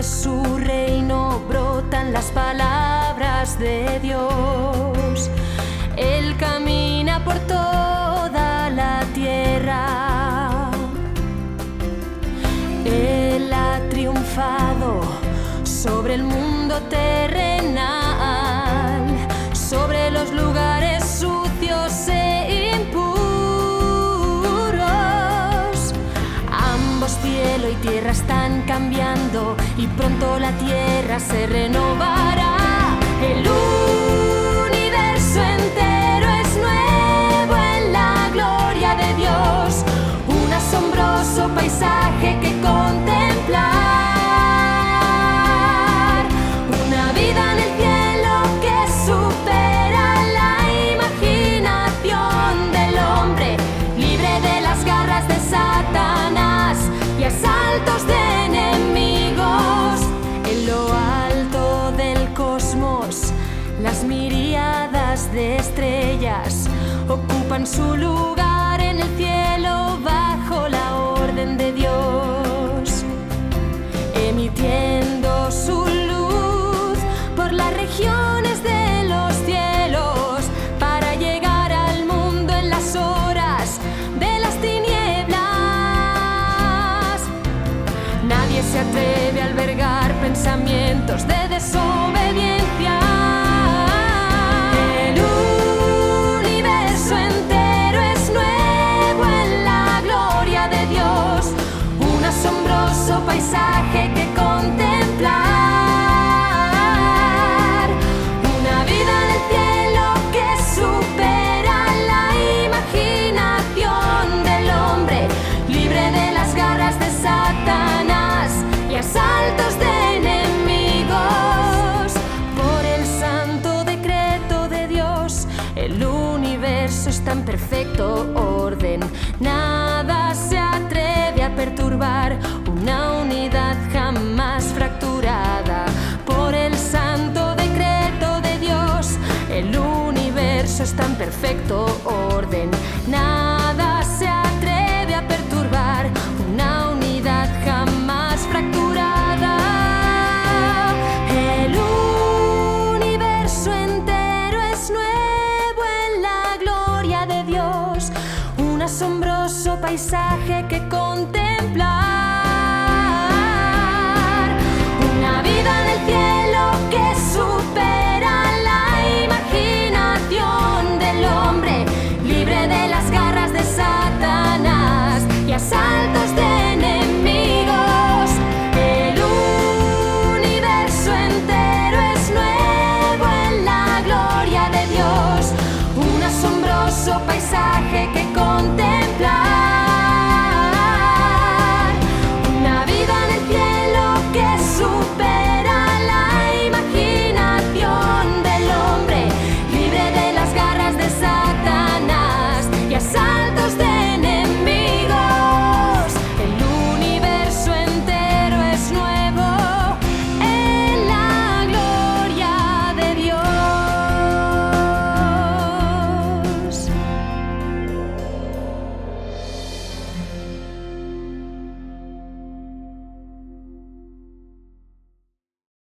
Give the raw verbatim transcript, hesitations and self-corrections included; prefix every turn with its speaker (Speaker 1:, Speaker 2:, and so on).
Speaker 1: su reino brotan las palabras de Dios. Él camina por toda la tierra. Él ha triunfado sobre el mundo terrenal, sobre los lugares sucios e impuros. Ambos, cielo y tierra, están cambiando y pronto la tierra se renovará. El universo entero es nuevo en la gloria de Dios, un asombroso paisaje que contemplar, una vida en el cielo que supera la imaginación del hombre, libre de las garras de Satanás y asaltos de enemigos. En lo alto del cosmos, las miríadas de estrellas ocupan su lugar en el cielo bajo la orden de Dios, emitiendo su luz por las regiones de los cielos para llegar al mundo en las horas de las tinieblas. Nadie se atreve a albergar pensamientos de desobediencia. El universo entero es nuevo en la gloria de Dios, un asombroso paisaje que contemplar, una vida en el cielo que supera la imaginación del hombre, libre de las garras de Satanás y asaltos de enemigos. Por el santo decreto de Dios, el universo está en perfecto orden. Nada se atreve a perturbar una unidad jamás fracturada. Por el santo decreto de Dios, el universo está en perfecto orden. Nada se atreve a perturbar una unidad jamás fracturada. El universo entero es nuevo en la gloria de Dios, un asombroso paisaje que